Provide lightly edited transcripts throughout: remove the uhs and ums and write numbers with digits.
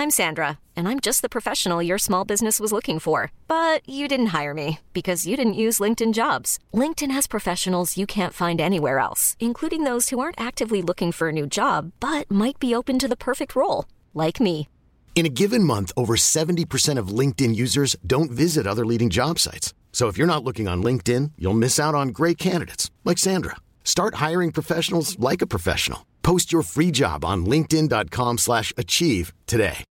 I'm Sandra, and I'm just the professional your small business was looking for. But you didn't hire me because you didn't use LinkedIn Jobs. LinkedIn has professionals you can't find anywhere else, including those who aren't actively looking for a new job, but might be open to the perfect role, like me. In a given month, over 70% of LinkedIn users don't visit other leading job sites. So if you're not looking on LinkedIn, you'll miss out on great candidates like Sandra. Start hiring professionals like a professional. Post your free job on linkedin.com/achieve today.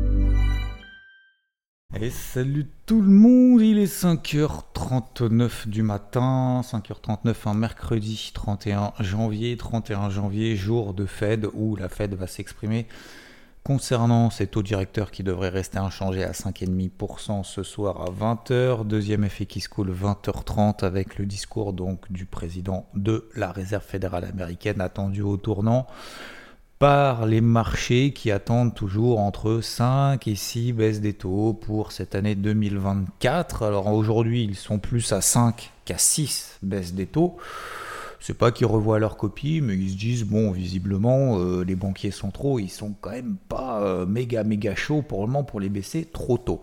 Et salut tout le monde, il est 5h39 du matin, 5h39 un mercredi 31 janvier, jour de Fed où la Fed va s'exprimer concernant ces taux directeurs qui devraient rester inchangés à 5,5% ce soir à 20h. Deuxième effet qui se coule 20h30 avec le discours donc du président de la Réserve fédérale américaine attendu au tournant par les marchés qui attendent toujours entre 5 et 6 baisses des taux pour cette année 2024. Alors aujourd'hui, ils sont plus à 5 qu'à 6 baisses des taux. C'est pas qu'ils revoient leur copie, mais ils se disent, bon, visiblement, les banquiers centraux, ils sont quand même pas méga chauds pour le moment pour les baisser trop tôt.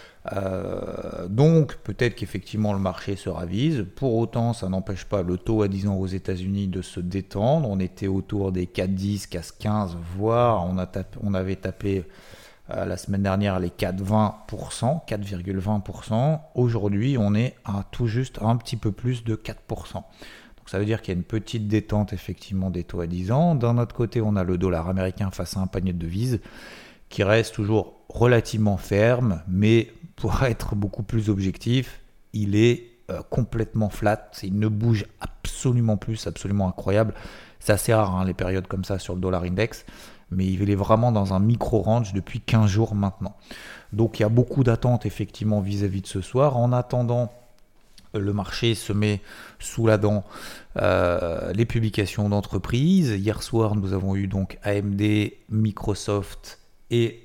Donc, peut-être qu'effectivement, le marché se ravise. Pour autant, ça n'empêche pas le taux à 10 ans aux États-Unis de se détendre. On était autour des 4,10, 4,15, voire on avait tapé la semaine dernière les 4,20%, 4,20%. Aujourd'hui, on est à tout juste un petit peu plus de 4%. Donc ça veut dire qu'il y a une petite détente effectivement des taux à 10 ans. D'un autre côté, on a le dollar américain face à un panier de devises qui reste toujours relativement ferme, mais pour être beaucoup plus objectif, il est complètement flat. Il ne bouge absolument plus, c'est absolument incroyable. C'est assez rare les périodes comme ça sur le dollar index, mais il est vraiment dans un micro-range depuis 15 jours maintenant. Donc il y a beaucoup d'attentes effectivement vis-à-vis de ce soir. En attendant, le marché se met sous la dent les publications d'entreprises. Hier soir, nous avons eu donc AMD, Microsoft et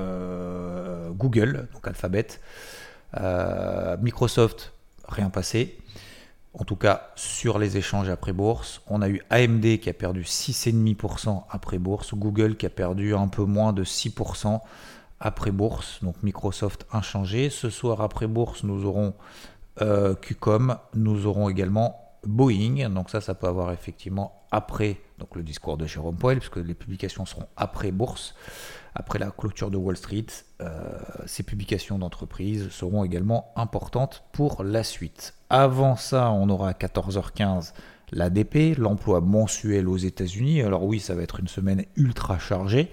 Google, donc Alphabet. Microsoft, rien passé. En tout cas, sur les échanges après bourse. On a eu AMD qui a perdu 6,5% après bourse. Google qui a perdu un peu moins de 6% après bourse. Donc Microsoft inchangé. Ce soir après bourse, nous aurons Qcom, nous aurons également Boeing, donc ça peut avoir effectivement après donc le discours de Jérôme Powell, puisque les publications seront après bourse, après la clôture de Wall Street. Ces publications d'entreprise seront également importantes pour la suite. Avant ça, on aura à 14h15 l'ADP, l'emploi mensuel aux États-Unis. Alors oui, ça va être une semaine ultra chargée.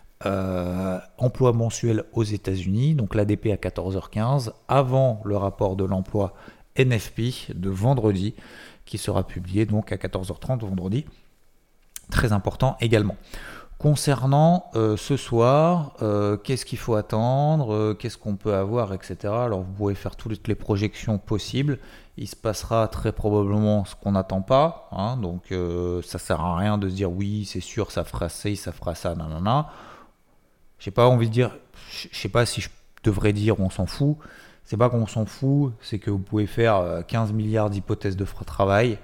Emploi mensuel aux États-Unis, donc l'ADP à 14h15, avant le rapport de l'emploi NFP de vendredi, qui sera publié donc à 14h30 vendredi. Très important également. Concernant ce soir, qu'est-ce qu'il faut attendre, qu'est-ce qu'on peut avoir, etc. Alors vous pouvez faire toutes les projections possibles. Il se passera très probablement ce qu'on n'attend pas. Donc ça sert à rien de se dire oui, c'est sûr, ça fera ci, ça fera ça, nanana. J'ai pas envie de dire, je sais pas si je devrais dire on s'en fout. C'est pas qu'on s'en fout, c'est que vous pouvez faire 15 milliards d'hypothèses de travail.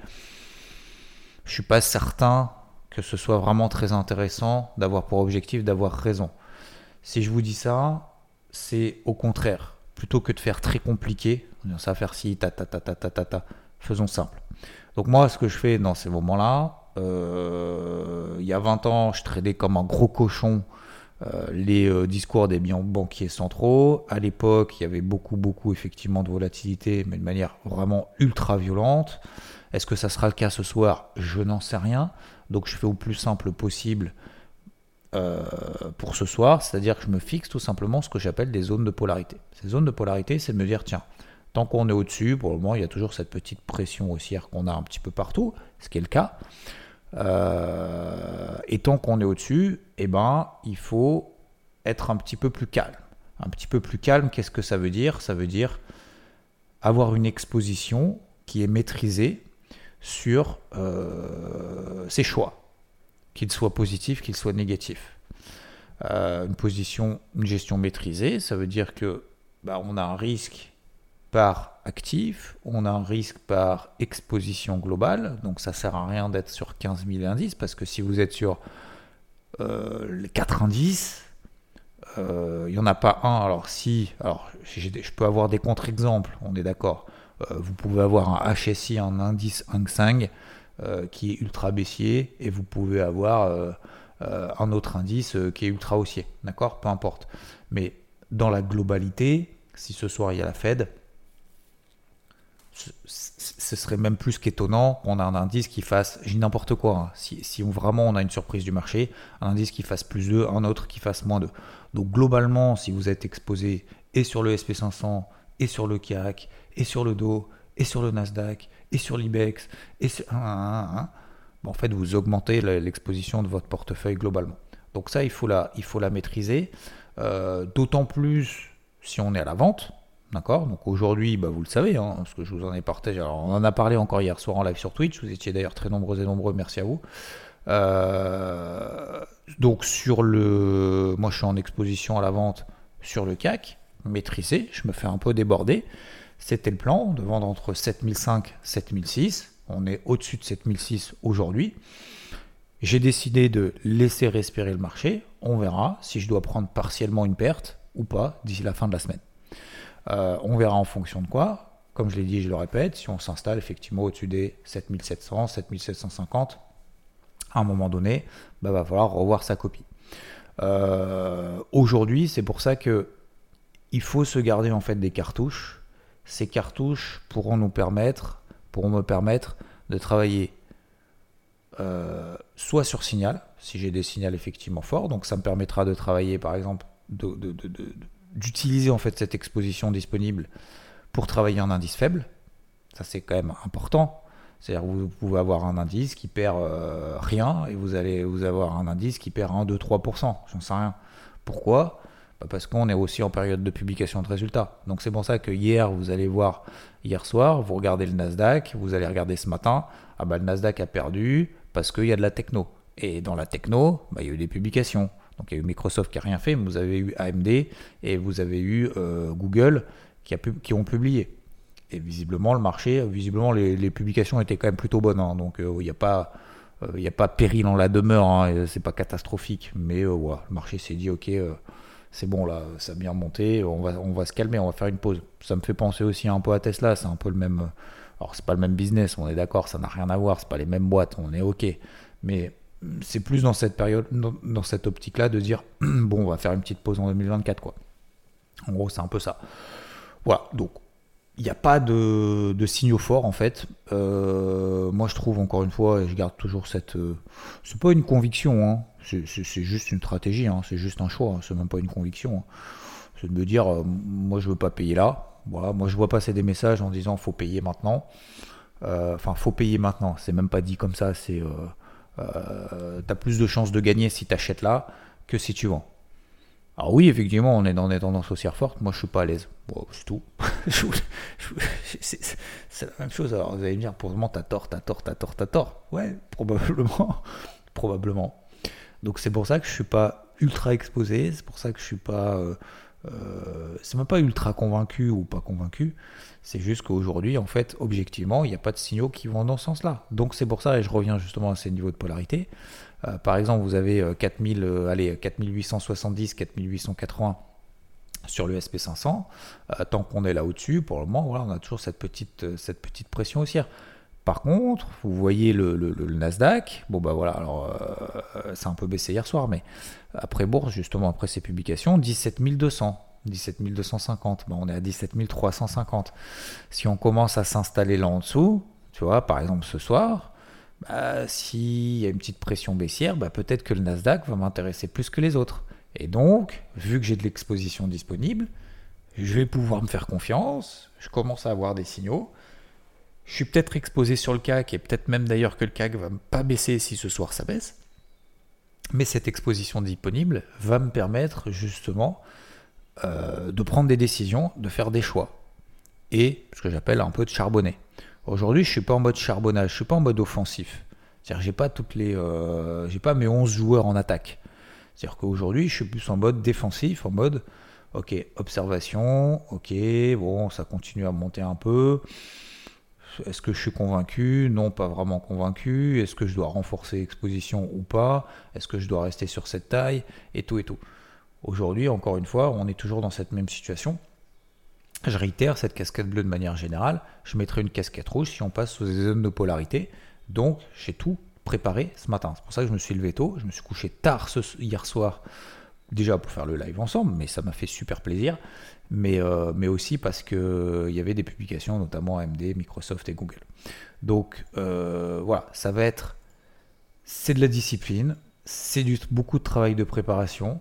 Je suis pas certain que ce soit vraiment très intéressant d'avoir pour objectif d'avoir raison. Si je vous dis ça, c'est au contraire. Plutôt que de faire très compliqué, ça va faire ci, faisons simple. Donc moi, ce que je fais dans ces moments-là, il y a 20 ans, je tradais comme un gros cochon les discours des banquiers centraux. À l'époque, il y avait beaucoup effectivement de volatilité, mais de manière vraiment ultra violente. Est-ce que ça sera le cas ce soir ? Je n'en sais rien. Donc je fais au plus simple possible pour ce soir, c'est-à-dire que je me fixe tout simplement ce que j'appelle des zones de polarité. Ces zones de polarité, c'est de me dire, tiens, tant qu'on est au-dessus, pour le moment, il y a toujours cette petite pression haussière qu'on a un petit peu partout, ce qui est le cas. Et tant qu'on est au-dessus, il faut être un petit peu plus calme. Un petit peu plus calme, qu'est-ce que ça veut dire ? Ça veut dire avoir une exposition qui est maîtrisée sur ses choix, qu'ils soient positifs, qu'ils soient négatifs. Une gestion maîtrisée, ça veut dire que on a un risque par actif, on a un risque par exposition globale, donc ça sert à rien d'être sur 15 000 indices, parce que si vous êtes sur les 4 indices, il n'y en a pas un. Alors je peux avoir des contre-exemples, on est d'accord. Vous pouvez avoir un HSI, un indice Hang Seng qui est ultra baissier, et vous pouvez avoir un autre indice qui est ultra haussier, d'accord, peu importe. Mais dans la globalité, si ce soir il y a la Fed, ce serait même plus qu'étonnant qu'on a un indice qui fasse, j'ai n'importe quoi, hein. Si vraiment on a une surprise du marché, un indice qui fasse plus 2, un autre qui fasse moins 2. Donc globalement, si vous êtes exposé et sur le SP500, et sur le CAC, et sur le Dow, et sur le Nasdaq, et sur l'IBEX, et sur... en fait, vous augmentez l'exposition de votre portefeuille globalement. Donc ça, il faut la maîtriser, d'autant plus si on est à la vente. D'accord, donc aujourd'hui, vous le savez, hein, parce que je vous en ai partagé. Alors, on en a parlé encore hier soir en live sur Twitch. Vous étiez d'ailleurs très nombreux et nombreux. Merci à vous. Donc moi, je suis en exposition à la vente sur le CAC, maîtrisé. Je me fais un peu déborder. C'était le plan de vendre entre 7005 et 7006. On est au-dessus de 7006 aujourd'hui. J'ai décidé de laisser respirer le marché. On verra si je dois prendre partiellement une perte ou pas d'ici la fin de la semaine. On verra en fonction de quoi. Comme je l'ai dit, je le répète, si on s'installe effectivement au-dessus des 7700, 7750, à un moment donné, va falloir revoir sa copie. Aujourd'hui, c'est pour ça que il faut se garder en fait des cartouches. Ces cartouches pourront me permettre de travailler soit sur signal, si j'ai des signaux effectivement forts. Donc ça me permettra de travailler par exemple d'utiliser en fait cette exposition disponible pour travailler en indice faible. Ça c'est quand même important. C'est-à-dire que vous pouvez avoir un indice qui perd rien, et vous allez avoir un indice qui perd 1, 2, 3%. J'en sais rien. Pourquoi ? Parce qu'on est aussi en période de publication de résultats. Donc c'est pour ça que vous allez voir hier soir, vous regardez le Nasdaq, vous allez regarder ce matin, le Nasdaq a perdu parce qu'il y a de la techno. Et dans la techno, il y a eu des publications. Donc il y a eu Microsoft qui n'a rien fait, mais vous avez eu AMD et vous avez eu Google qui ont publié. Et visiblement, le marché, les publications étaient quand même plutôt bonnes. Hein. Donc il n'y a pas péril en la demeure, hein, c'est pas catastrophique. Mais voilà, le marché s'est dit ok, c'est bon là, ça a bien monté, on va se calmer, on va faire une pause. Ça me fait penser aussi un peu à Tesla, c'est un peu le même. Alors c'est pas le même business, on est d'accord, ça n'a rien à voir, c'est pas les mêmes boîtes, on est ok. Mais c'est plus dans cette période, dans cette optique-là, de dire bon, on va faire une petite pause en 2024, quoi. En gros, c'est un peu ça. Voilà, donc il n'y a pas de signaux forts en fait. Moi, je trouve encore une fois, et je garde toujours cette. C'est pas une conviction, hein. C'est juste une stratégie, hein. C'est juste un choix, hein. C'est même pas une conviction. Hein. C'est de me dire, moi, je veux pas payer là. Voilà, moi, je vois passer des messages en disant faut payer maintenant. Faut payer maintenant. C'est même pas dit comme ça. C'est t'as plus de chances de gagner si tu achètes là que si tu vends. Alors oui, effectivement, on est dans des tendances haussières fortes. Moi, je suis pas à l'aise. Bon, c'est tout. C'est la même chose. Alors, vous allez me dire, pour le moment, t'as tort. Ouais, probablement. Donc, c'est pour ça que je suis pas ultra exposé. C'est pour ça que je suis pas. C'est même pas ultra convaincu ou pas convaincu. C'est juste qu'aujourd'hui, en fait, objectivement, il n'y a pas de signaux qui vont dans ce sens-là. Donc, c'est pour ça, et je reviens justement à ces niveaux de polarité. Par exemple, vous avez 4870, 4880 sur le SP500. Tant qu'on est là au-dessus, pour le moment, voilà, on a toujours cette petite pression haussière. Par contre, vous voyez le Nasdaq. Bon, voilà, alors c'est un peu baissé hier soir, mais après bourse, justement, après ces publications, 17 200. 17 250, on est à 17 350. Si on commence à s'installer là en dessous, tu vois, par exemple ce soir, s'il y a une petite pression baissière, peut-être que le Nasdaq va m'intéresser plus que les autres. Et donc, vu que j'ai de l'exposition disponible, je vais pouvoir me faire confiance, je commence à avoir des signaux. Je suis peut-être exposé sur le CAC, et peut-être même d'ailleurs que le CAC va pas baisser si ce soir ça baisse. Mais cette exposition disponible va me permettre justement de prendre des décisions, de faire des choix. Et ce que j'appelle un peu de charbonner. Aujourd'hui, je suis pas en mode charbonnage, je suis pas en mode offensif. C'est-à-dire que j'ai pas mes 11 joueurs en attaque. C'est-à-dire qu'aujourd'hui, je suis plus en mode défensif, en mode ok, observation, ok, bon, ça continue à monter un peu. Est-ce que je suis convaincu ? Non, pas vraiment convaincu. Est-ce que je dois renforcer l'exposition ou pas ? Est-ce que je dois rester sur cette taille ? Et tout. Aujourd'hui, encore une fois, on est toujours dans cette même situation. Je réitère, cette casquette bleue de manière générale, je mettrai une casquette rouge si on passe sous des zones de polarité. Donc, j'ai tout préparé ce matin. C'est pour ça que je me suis levé tôt. Je me suis couché tard hier soir, déjà pour faire le live ensemble, mais ça m'a fait super plaisir. Mais aussi parce qu'il y avait des publications, notamment AMD, Microsoft et Google. Donc, voilà, c'est de la discipline, c'est beaucoup de travail de préparation.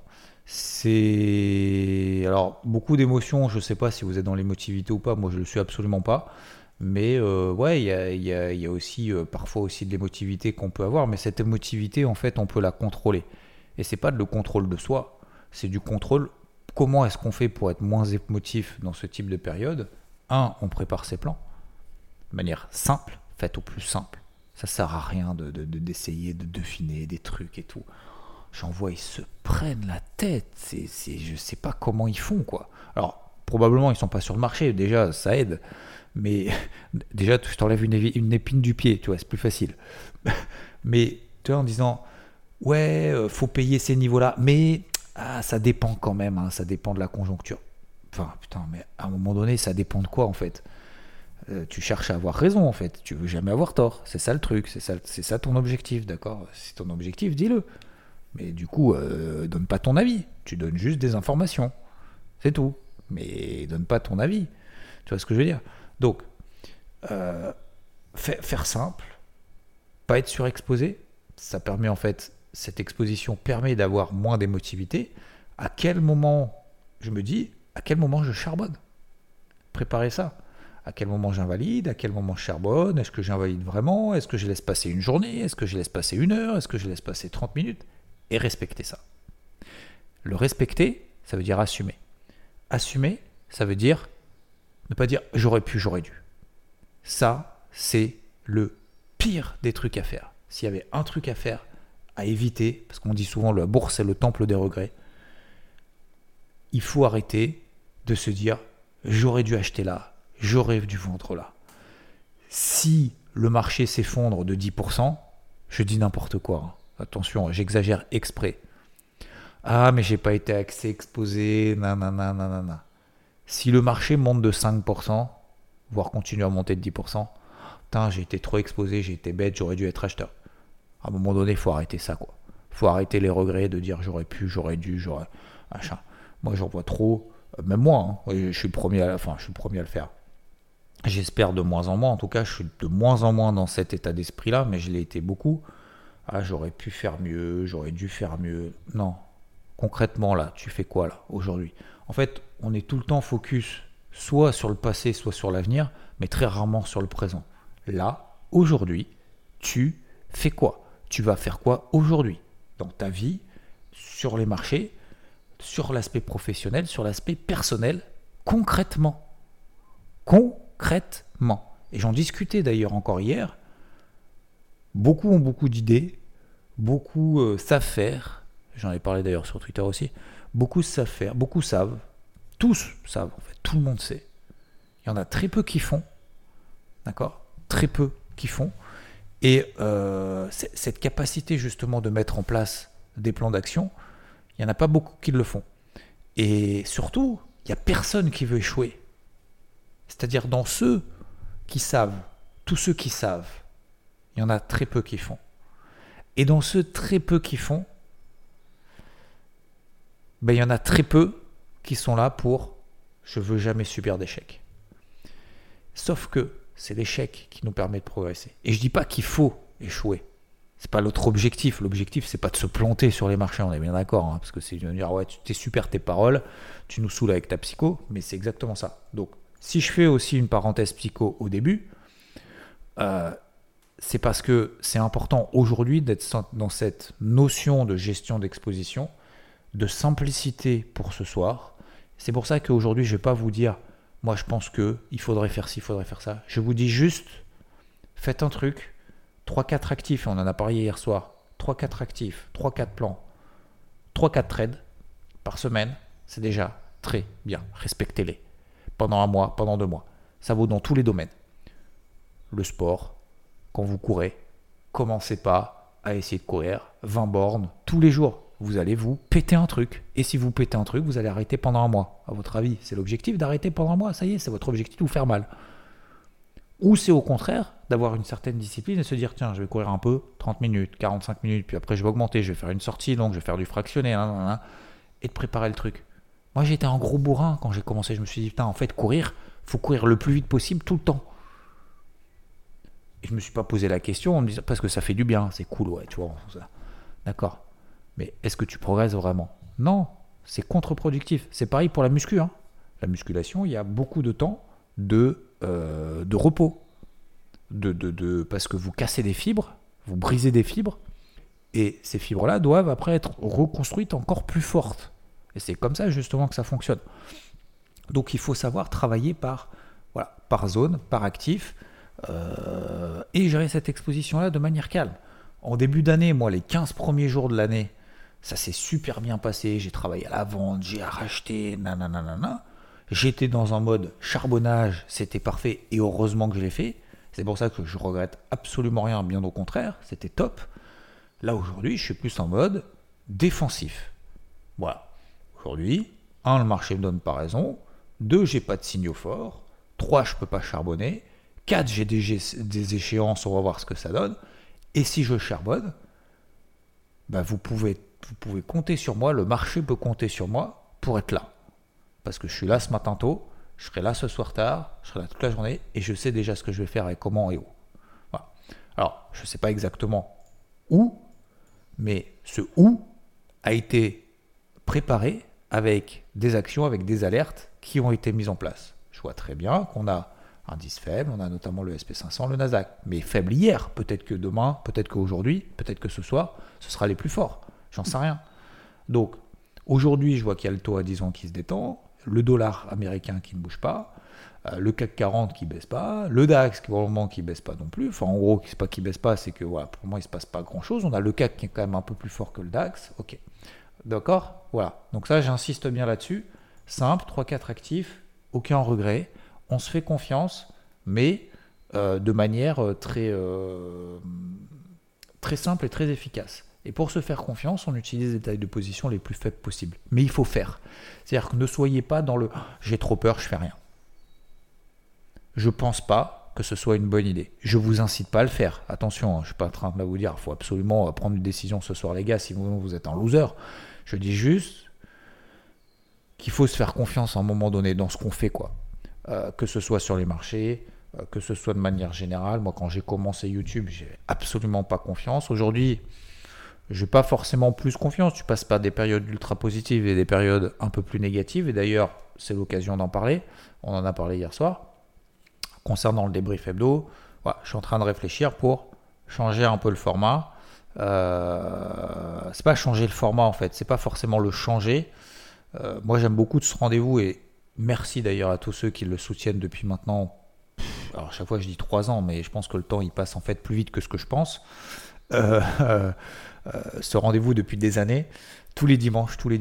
C'est alors beaucoup d'émotions. Je ne sais pas si vous êtes dans l'émotivité ou pas. Moi, je le suis absolument pas. Mais ouais, il y a aussi parfois aussi de l'émotivité qu'on peut avoir. Mais cette émotivité, en fait, on peut la contrôler. Et c'est pas le contrôle de soi. C'est du contrôle. Comment est-ce qu'on fait pour être moins émotif dans ce type de période ? On prépare ses plans de manière simple. Faites au plus simple. Ça sert à rien d'essayer de deviner des trucs et tout. J'en vois, ils se prennent la tête. Je sais pas comment ils font, quoi. Alors, probablement, ils sont pas sur le marché. Déjà, ça aide. Mais déjà, je t'enlève une épine du pied, tu vois, c'est plus facile. Mais, tu vois, en disant, ouais, faut payer ces niveaux-là. Mais, ça dépend quand même, hein, ça dépend de la conjoncture. Enfin, putain, mais à un moment donné, ça dépend de quoi, en fait ? Tu cherches à avoir raison, en fait. Tu veux jamais avoir tort. C'est ça le truc. C'est ça ton objectif, d'accord ? Si ton objectif, dis-le. Mais du coup, donne pas ton avis. Tu donnes juste des informations. C'est tout. Mais donne pas ton avis. Tu vois ce que je veux dire ? Donc, faire simple, pas être surexposé. Ça permet en fait, cette exposition permet d'avoir moins d'émotivité. À quel moment, je me dis, à quel moment je charbonne ? Préparer ça. À quel moment j'invalide ? À quel moment je charbonne ? Est-ce que j'invalide vraiment ? Est-ce que je laisse passer une journée ? Est-ce que je laisse passer 1 heure ? Est-ce que je laisse passer 30 minutes ? Et respecter ça. Le respecter, ça veut dire assumer. Assumer, ça veut dire ne pas dire j'aurais pu, j'aurais dû. Ça, c'est le pire des trucs à faire. S'il y avait un truc à faire, à éviter, parce qu'on dit souvent la bourse est le temple des regrets, il faut arrêter de se dire j'aurais dû acheter là, j'aurais dû vendre là. Si le marché s'effondre de 10%, je dis n'importe quoi, hein. Attention, j'exagère exprès. Ah, mais j'ai pas été assez exposé, nanana. Si le marché monte de 5%, voire continue à monter de 10%, putain, j'ai été trop exposé, j'ai été bête, j'aurais dû être acheteur. À un moment donné, il faut arrêter ça, quoi. Il faut arrêter les regrets de dire j'aurais pu, j'aurais dû, j'aurais... Machin. Moi, j'en vois trop. Même moi, hein, je suis le premier à le faire. J'espère de moins en moins. En tout cas, je suis de moins en moins dans cet état d'esprit-là, mais je l'ai été beaucoup. Ah, j'aurais pu faire mieux, j'aurais dû faire mieux. Non. Concrètement, là, tu fais quoi, là, aujourd'hui ? En fait, on est tout le temps focus soit sur le passé, soit sur l'avenir, mais très rarement sur le présent. Là, aujourd'hui, tu fais quoi ? Tu vas faire quoi aujourd'hui ? Dans ta vie, sur les marchés, sur l'aspect professionnel, sur l'aspect personnel, concrètement. Concrètement. Et j'en discutais d'ailleurs encore hier. Beaucoup ont beaucoup d'idées, beaucoup savent faire, j'en ai parlé d'ailleurs sur Twitter aussi, beaucoup savent faire, beaucoup savent, tous savent en fait, tout le monde sait. Il y en a très peu qui font, d'accord ? Très peu qui font. Et cette capacité justement de mettre en place des plans d'action, il n'y en a pas beaucoup qui le font. Et surtout, il n'y a personne qui veut échouer. C'est-à-dire dans ceux qui savent, tous ceux qui savent, il y en a très peu qui font. Et dans ceux très peu qui font, il y en a très peu qui sont là pour « je veux jamais subir d'échec ». Sauf que c'est l'échec qui nous permet de progresser. Et je ne dis pas qu'il faut échouer. Ce n'est pas l'autre objectif. L'objectif, ce n'est pas de se planter sur les marchés, on est bien d'accord. Hein, parce que c'est de dire « ouais, t'es super tes paroles, tu nous saoules avec ta psycho ». Mais c'est exactement ça. Donc, si je fais aussi une parenthèse psycho au début, c'est parce que c'est important aujourd'hui d'être dans cette notion de gestion d'exposition, de simplicité pour ce soir. C'est pour ça qu'aujourd'hui, je ne vais pas vous dire, moi je pense qu'il faudrait faire ci, il faudrait faire ça. Je vous dis juste, faites un truc, 3-4 actifs, on en a parlé hier soir, 3-4 actifs, 3-4 plans, 3-4 trades par semaine, c'est déjà très bien. Respectez-les. Pendant 1 mois, pendant 2 mois. Ça vaut dans tous les domaines. Le sport, quand vous courez, commencez pas à essayer de courir 20 bornes tous les jours. vous allez vous péter un truc. Et si vous pétez un truc, vous allez arrêter pendant un mois. À votre avis, c'est l'objectif d'arrêter pendant un mois. Ça y est, c'est votre objectif de vous faire mal. Ou c'est au contraire d'avoir une certaine discipline et se dire tiens, je vais courir un peu, 30 minutes, 45 minutes, puis après je vais augmenter, je vais faire une sortie longue, je vais faire du fractionné, et de préparer le truc. Moi j'étais un gros bourrin quand j'ai commencé, je me suis dit putain, en fait courir, faut courir le plus vite possible tout le temps. Et je me suis pas posé la question en me disant parce que ça fait du bien, c'est cool, ouais, tu vois, d'accord. Mais est-ce que tu progresses vraiment ? Non, c'est contre-productif. C'est pareil pour la muscu. La musculation, il y a beaucoup de temps de repos. Parce que vous cassez des fibres, vous brisez des fibres, et ces fibres-là doivent après être reconstruites encore plus fortes. Et c'est comme ça justement que ça fonctionne. Donc il faut savoir travailler par zone, par actif, et gérer cette exposition-là de manière calme. En début d'année, moi, les 15 premiers jours de l'année, ça s'est super bien passé. J'ai travaillé à la vente, j'ai racheté, nanana. J'étais dans un mode charbonnage, c'était parfait et heureusement que je l'ai fait. C'est pour ça que je regrette absolument rien, bien au contraire, c'était top. Là aujourd'hui, je suis plus en mode défensif. Voilà. Aujourd'hui, 1, le marché me donne pas raison. 2, j'ai pas de signaux forts. 3, je peux pas charbonner. 4, j'ai des échéances, on va voir ce que ça donne. Et si je charbonne, vous pouvez compter sur moi, le marché peut compter sur moi pour être là. Parce que je suis là ce matin tôt, je serai là ce soir tard, je serai là toute la journée et je sais déjà ce que je vais faire et comment et où. Voilà. Alors, je ne sais pas exactement où, mais ce où a été préparé avec des actions, avec des alertes qui ont été mises en place. Je vois très bien qu'on a un indice faible, on a notamment le SP500, le Nasdaq, mais faible hier, peut-être que demain, peut-être qu'aujourd'hui, peut-être que ce soir, ce sera les plus forts, j'en sais rien. Donc, aujourd'hui, je vois qu'il y a le taux à 10 ans qui se détend, le dollar américain qui ne bouge pas, le CAC 40 qui ne baisse pas, le DAX pour le moment qui ne baisse pas non plus, enfin en gros, c'est pas qu'il ne baisse pas, c'est que pour moi il ne se passe pas grand-chose, on a le CAC qui est quand même un peu plus fort que le DAX, ok, d'accord, voilà, donc ça j'insiste bien là-dessus, simple, 3-4 actifs, aucun regret, on se fait confiance, mais de manière très simple et très efficace. Et pour se faire confiance, on utilise les tailles de position les plus faibles possibles. Mais il faut faire. C'est-à-dire que ne soyez pas dans le « j'ai trop peur, je fais rien ». Je ne pense pas que ce soit une bonne idée. Je ne vous incite pas à le faire. Attention, je ne suis pas en train de vous dire « il faut absolument prendre une décision ce soir les gars, sinon vous êtes un loser ». Je dis juste qu'il faut se faire confiance à un moment donné dans ce qu'on fait, quoi. Que ce soit sur les marchés, que ce soit de manière générale. Moi, quand j'ai commencé YouTube, j'ai absolument pas confiance. Aujourd'hui, je n'ai pas forcément plus confiance. Tu passes par des périodes ultra positives et des périodes un peu plus négatives. Et d'ailleurs, c'est l'occasion d'en parler. On en a parlé hier soir. Concernant le débrief hebdo, je suis en train de réfléchir pour changer un peu le format. C'est pas changer le format en fait. C'est pas forcément le changer. Moi, j'aime beaucoup ce rendez-vous et merci d'ailleurs à tous ceux qui le soutiennent depuis maintenant. Alors, à chaque fois, je dis 3 ans, mais je pense que le temps, il passe en fait plus vite que ce que je pense. Ce rendez-vous depuis des années, tous les dimanches. Je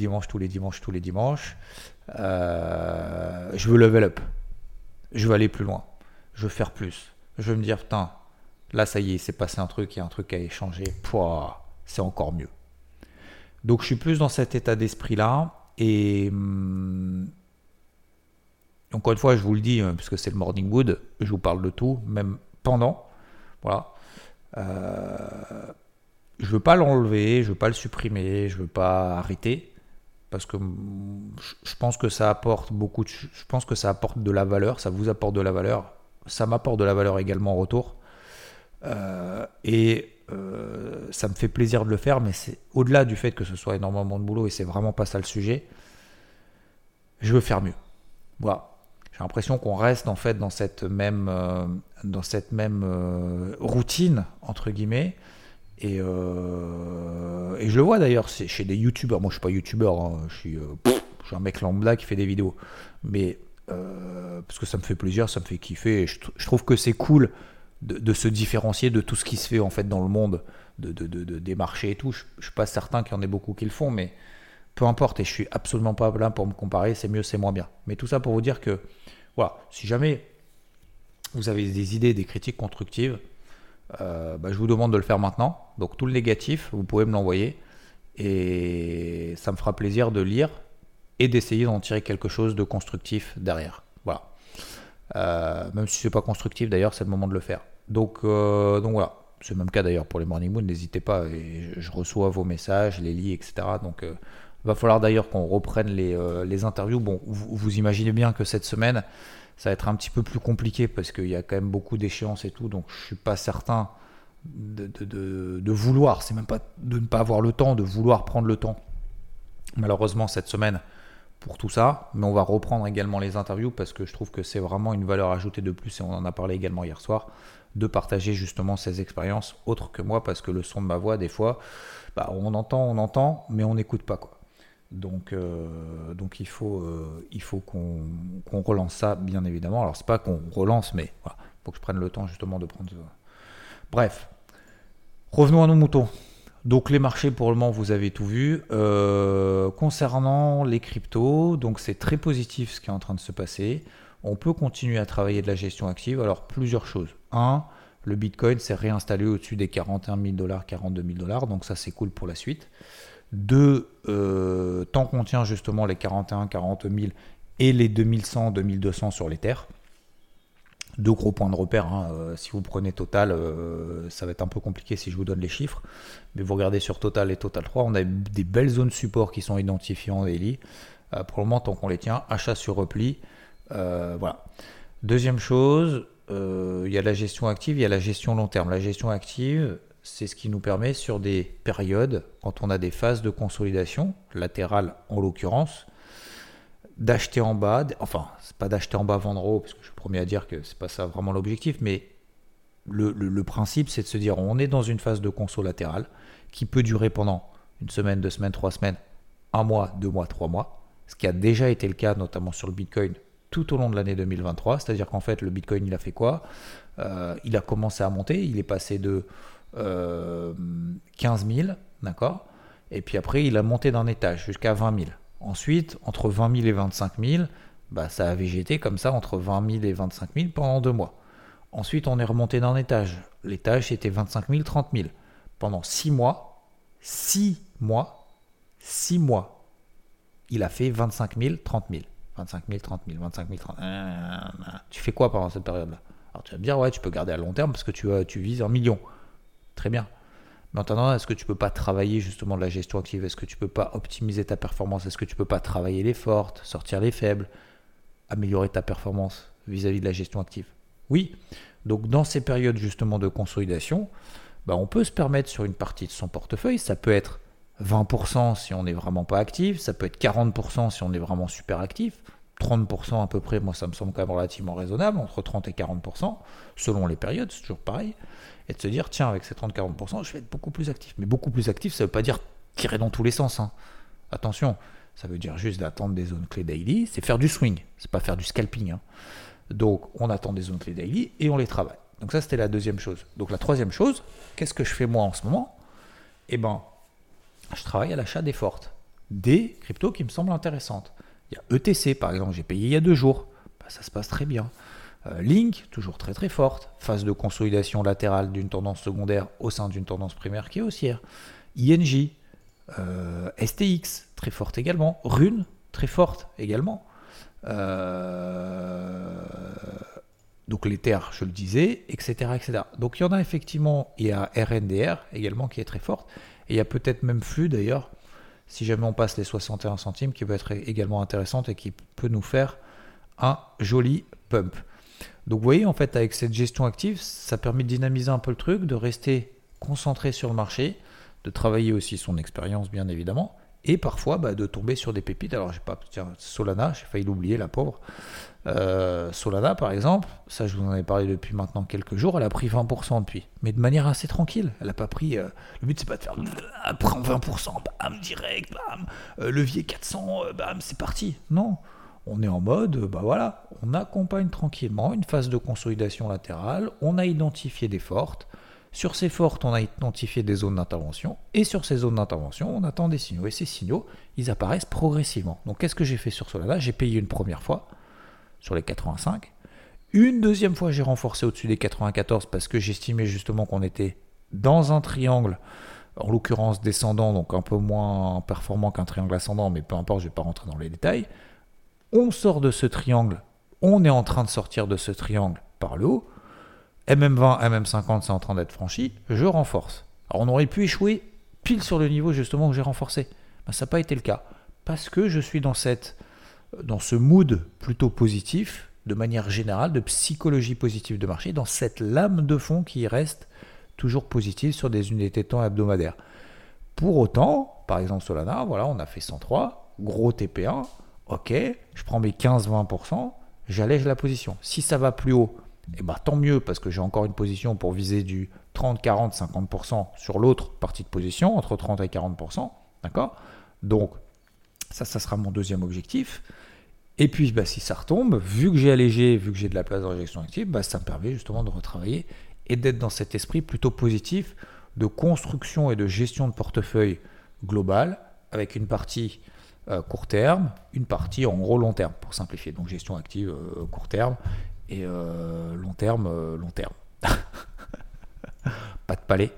veux level up. Je veux aller plus loin. Je veux faire plus. Je veux me dire, putain, là, ça y est, c'est passé un truc, il y a un truc à échanger. Pouah, c'est encore mieux. Donc, je suis plus dans cet état d'esprit-là. Et encore une fois, je vous le dis, puisque c'est le Morning Wood, je vous parle de tout, même pendant. Voilà. Je veux pas l'enlever, je veux pas le supprimer, je veux pas arrêter, parce que je pense que ça apporte beaucoup. Je pense que ça apporte de la valeur, ça vous apporte de la valeur, ça m'apporte de la valeur également en retour, et ça me fait plaisir de le faire, mais c'est au-delà du fait que ce soit énormément de boulot et c'est vraiment pas ça le sujet. Je veux faire mieux. Voilà. J'ai l'impression qu'on reste en fait dans cette même routine entre guillemets. Et je le vois d'ailleurs chez des youtubeurs. Moi je suis pas youtubeur, je suis un mec lambda qui fait des vidéos. Mais parce que ça me fait plaisir, ça me fait kiffer. Et je trouve que c'est cool de se différencier de tout ce qui se fait en fait dans le monde, des marchés et tout. Je suis pas certain qu'il y en ait beaucoup qui le font, mais peu importe. Et je suis absolument pas là pour me comparer. C'est mieux, c'est moins bien. Mais tout ça pour vous dire que voilà, si jamais vous avez des idées, des critiques constructives, je vous demande de le faire maintenant. Donc tout le négatif, vous pouvez me l'envoyer. Et ça me fera plaisir de lire et d'essayer d'en tirer quelque chose de constructif derrière. Voilà. Même si c'est pas constructif d'ailleurs, c'est le moment de le faire. Donc voilà. C'est le même cas d'ailleurs pour les Morning Moon, n'hésitez pas. Et je reçois vos messages, les lis, etc. Donc va falloir d'ailleurs qu'on reprenne les interviews. Bon, vous imaginez bien que cette semaine, ça va être un petit peu plus compliqué parce qu'il y a quand même beaucoup d'échéances et tout. Donc je suis pas certain de vouloir, c'est même pas de ne pas avoir le temps, de vouloir prendre le temps malheureusement cette semaine pour tout ça, mais on va reprendre également les interviews parce que je trouve que c'est vraiment une valeur ajoutée de plus et on en a parlé également hier soir, de partager justement ces expériences autres que moi parce que le son de ma voix des fois, on entend, mais on n'écoute pas quoi. Donc il faut qu'on relance ça bien évidemment. Alors c'est pas qu'on relance, mais voilà, faut que je prenne le temps justement de prendre. Bref, revenons à nos moutons. Donc les marchés pour le moment vous avez tout vu. Concernant les cryptos, donc c'est très positif ce qui est en train de se passer. On peut continuer à travailler de la gestion active. Alors plusieurs choses. 1, le Bitcoin s'est réinstallé au-dessus des 41 000 $, 42 000 $. Donc ça c'est cool pour la suite. 2, tant qu'on tient justement les 41, 40 000 et les 2100, 2200 sur l'Ether. 2 gros points de repère. Si vous prenez Total, ça va être un peu compliqué si je vous donne les chiffres. Mais vous regardez sur Total et Total 3, on a des belles zones support qui sont identifiées en daily. Pour le moment, tant qu'on les tient, achat sur repli. Voilà. Deuxième chose, il y a la gestion active, il y a la gestion long terme. La gestion active, c'est ce qui nous permet sur des périodes, quand on a des phases de consolidation, latérale en l'occurrence, d'acheter en bas, enfin c'est pas d'acheter en bas vendre haut parce que je suis le premier à dire que c'est pas ça vraiment l'objectif, mais le principe c'est de se dire on est dans une phase de conso latérale qui peut durer pendant une semaine, 2 semaines, 3 semaines, 1 mois, 2 mois, 3 mois, ce qui a déjà été le cas notamment sur le Bitcoin tout au long de l'année 2023, c'est-à-dire qu'en fait le Bitcoin il a fait quoi, il a commencé à monter, il est passé de 15 000, d'accord, et puis après il a monté d'un étage jusqu'à 20 000. Ensuite, entre 20 000 et 25 000, ça a végété comme ça entre 20 000 et 25 000 pendant 2 mois. Ensuite, on est remonté d'un étage. L'étage, c'était 25 000, 30 000. Pendant 6 mois, il a fait 25 000, 30 000. 25 000, 30 000, 25 000, 30 000. Tu fais quoi pendant cette période-là? Alors tu vas me dire, ouais, tu peux garder à long terme parce que tu vises 1 million. Très bien. Mais en attendant, est-ce que tu ne peux pas travailler justement de la gestion active? Est-ce que tu ne peux pas optimiser ta performance? Est-ce que tu ne peux pas travailler les fortes, sortir les faibles, améliorer ta performance vis-à-vis de la gestion active? Oui. Donc dans ces périodes justement de consolidation, on peut se permettre sur une partie de son portefeuille, ça peut être 20% si on n'est vraiment pas actif, ça peut être 40% si on est vraiment super actif, 30% à peu près, moi ça me semble quand même relativement raisonnable, entre 30 et 40%, selon les périodes, c'est toujours pareil. Et de se dire, tiens, avec ces 30-40%, je vais être beaucoup plus actif. Mais beaucoup plus actif, ça ne veut pas dire tirer dans tous les sens. Attention, ça veut dire juste d'attendre des zones clés daily, c'est faire du swing, c'est pas faire du scalping. Donc, on attend des zones clés daily et on les travaille. Donc ça, c'était la deuxième chose. Donc la troisième chose, qu'est-ce que je fais moi en ce moment? Je travaille à l'achat des fortes, des cryptos qui me semblent intéressantes. Il y a ETC, par exemple, j'ai payé il y a 2 jours. Ça se passe très bien. Link, toujours très très forte, phase de consolidation latérale d'une tendance secondaire au sein d'une tendance primaire qui est haussière. INJ, STX, très forte également. Rune, très forte également. Donc l'Ether, je le disais, etc., etc. Donc il y en a effectivement, il y a RNDR également qui est très forte. Et il y a peut-être même Flux d'ailleurs, si jamais on passe les 61 centimes, qui peut être également intéressante et qui peut nous faire un joli pump. Donc vous voyez, en fait, avec cette gestion active, ça permet de dynamiser un peu le truc, de rester concentré sur le marché, de travailler aussi son expérience, bien évidemment, et parfois de tomber sur des pépites. Alors, Solana, j'ai failli l'oublier, la pauvre. Solana, par exemple, ça, je vous en ai parlé depuis maintenant quelques jours, elle a pris 20% depuis, mais de manière assez tranquille. Elle n'a pas pris... le but, c'est pas de faire... prends 20%, bam, direct, bam, levier 400, bam, c'est parti. Non. On est en mode, on accompagne tranquillement une phase de consolidation latérale, on a identifié des fortes, sur ces fortes, on a identifié des zones d'intervention, et sur ces zones d'intervention, on attend des signaux, et ces signaux, ils apparaissent progressivement. Donc qu'est-ce que j'ai fait sur Solana? J'ai payé une première fois, sur les 85, une deuxième fois, j'ai renforcé au-dessus des 94, parce que j'estimais justement qu'on était dans un triangle en l'occurrence descendant, donc un peu moins performant qu'un triangle ascendant, mais peu importe, je ne vais pas rentrer dans les détails. On sort de ce triangle, on est en train de sortir de ce triangle par le haut, MM20, MM50, c'est en train d'être franchi, je renforce. Alors on aurait pu échouer pile sur le niveau justement où j'ai renforcé. Ben, ça n'a pas été le cas, parce que je suis dans ce mood plutôt positif, de manière générale, de psychologie positive de marché, dans cette lame de fond qui reste toujours positive sur des unités de temps hebdomadaires. Pour autant, par exemple Solana, voilà, on a fait 103, gros TP1, ok, je prends mes 15-20%, j'allège la position. Si ça va plus haut, eh ben, tant mieux, parce que j'ai encore une position pour viser du 30, 40, 50% sur l'autre partie de position, entre 30 et 40%, d'accord ? Donc, ça sera mon deuxième objectif. Et puis, si ça retombe, vu que j'ai allégé, vu que j'ai de la place de réjection active, ça me permet justement de retravailler et d'être dans cet esprit plutôt positif de construction et de gestion de portefeuille global, avec une partie court terme, une partie en gros long terme, pour simplifier. Donc, gestion active court terme et long terme. Pas de palais.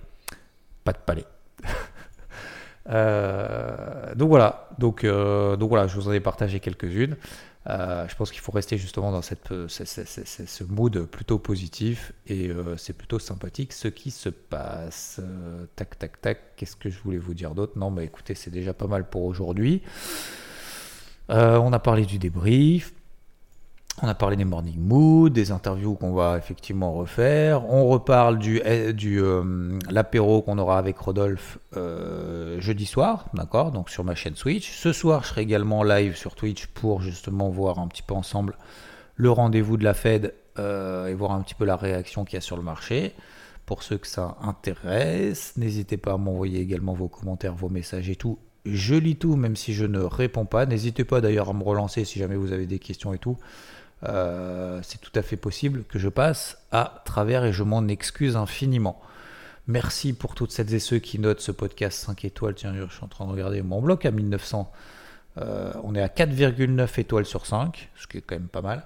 Donc voilà, je vous en ai partagé quelques-unes. Je pense qu'il faut rester justement dans ce mood plutôt positif et c'est plutôt sympathique ce qui se passe. Tac, qu'est-ce que je voulais vous dire d'autre ? Non, écoutez, c'est déjà pas mal pour aujourd'hui. On a parlé du débrief. On a parlé des morning moods, des interviews qu'on va effectivement refaire. On reparle de l'apéro qu'on aura avec Rodolphe jeudi soir, d'accord, donc sur ma chaîne Twitch. Ce soir, je serai également live sur Twitch pour justement voir un petit peu ensemble le rendez-vous de la Fed et voir un petit peu la réaction qu'il y a sur le marché. Pour ceux que ça intéresse, n'hésitez pas à m'envoyer également vos commentaires, vos messages et tout. Je lis tout, même si je ne réponds pas. N'hésitez pas d'ailleurs à me relancer si jamais vous avez des questions et tout. C'est tout à fait possible que je passe à travers et je m'en excuse infiniment. Merci pour toutes celles et ceux qui notent ce podcast 5 étoiles. Tiens, je suis en train de regarder mon bloc à 1900. On est à 4,9 étoiles sur 5, ce qui est quand même pas mal.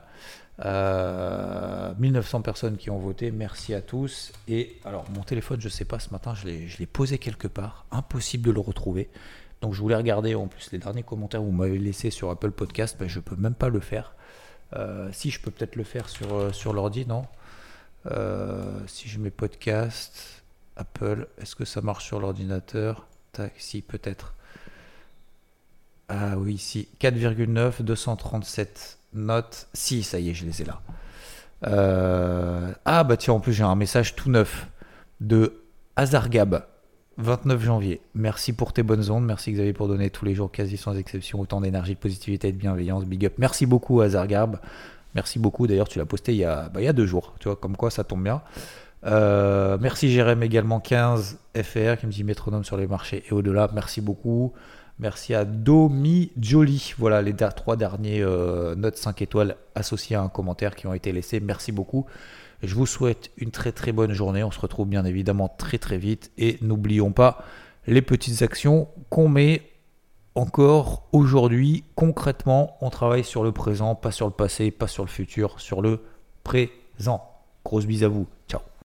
1900 personnes qui ont voté, merci à tous. Et alors mon téléphone, je sais pas, ce matin je l'ai posé quelque part, impossible de le retrouver. Donc je voulais regarder en plus les derniers commentaires que vous m'avez laissés sur Apple Podcast, je peux même pas le faire. Si je peux peut-être le faire sur l'ordi, non si je mets podcast, Apple, est-ce que ça marche sur l'ordinateur ? Tac, si, peut-être. Ah oui, si, 4,9, 237 notes. Si, ça y est, je les ai là. Tiens, en plus j'ai un message tout neuf de Hazargab. 29 janvier. Merci pour tes bonnes ondes. Merci Xavier pour donner tous les jours, quasi sans exception, autant d'énergie, de positivité et de bienveillance. Big up. Merci beaucoup Hazargab. Merci beaucoup. D'ailleurs, tu l'as posté il y a 2 jours. Tu vois, comme quoi ça tombe bien. Merci Jérém également 15 FR qui me dit métronome sur les marchés et au-delà. Merci beaucoup. Merci à Domi Jolie. Voilà les 3 derniers notes 5 étoiles associées à un commentaire qui ont été laissés. Merci beaucoup. Je vous souhaite une très très bonne journée. On se retrouve bien évidemment très très vite. Et n'oublions pas les petites actions qu'on met encore aujourd'hui. Concrètement, on travaille sur le présent, pas sur le passé, pas sur le futur, sur le présent. Grosse bise à vous.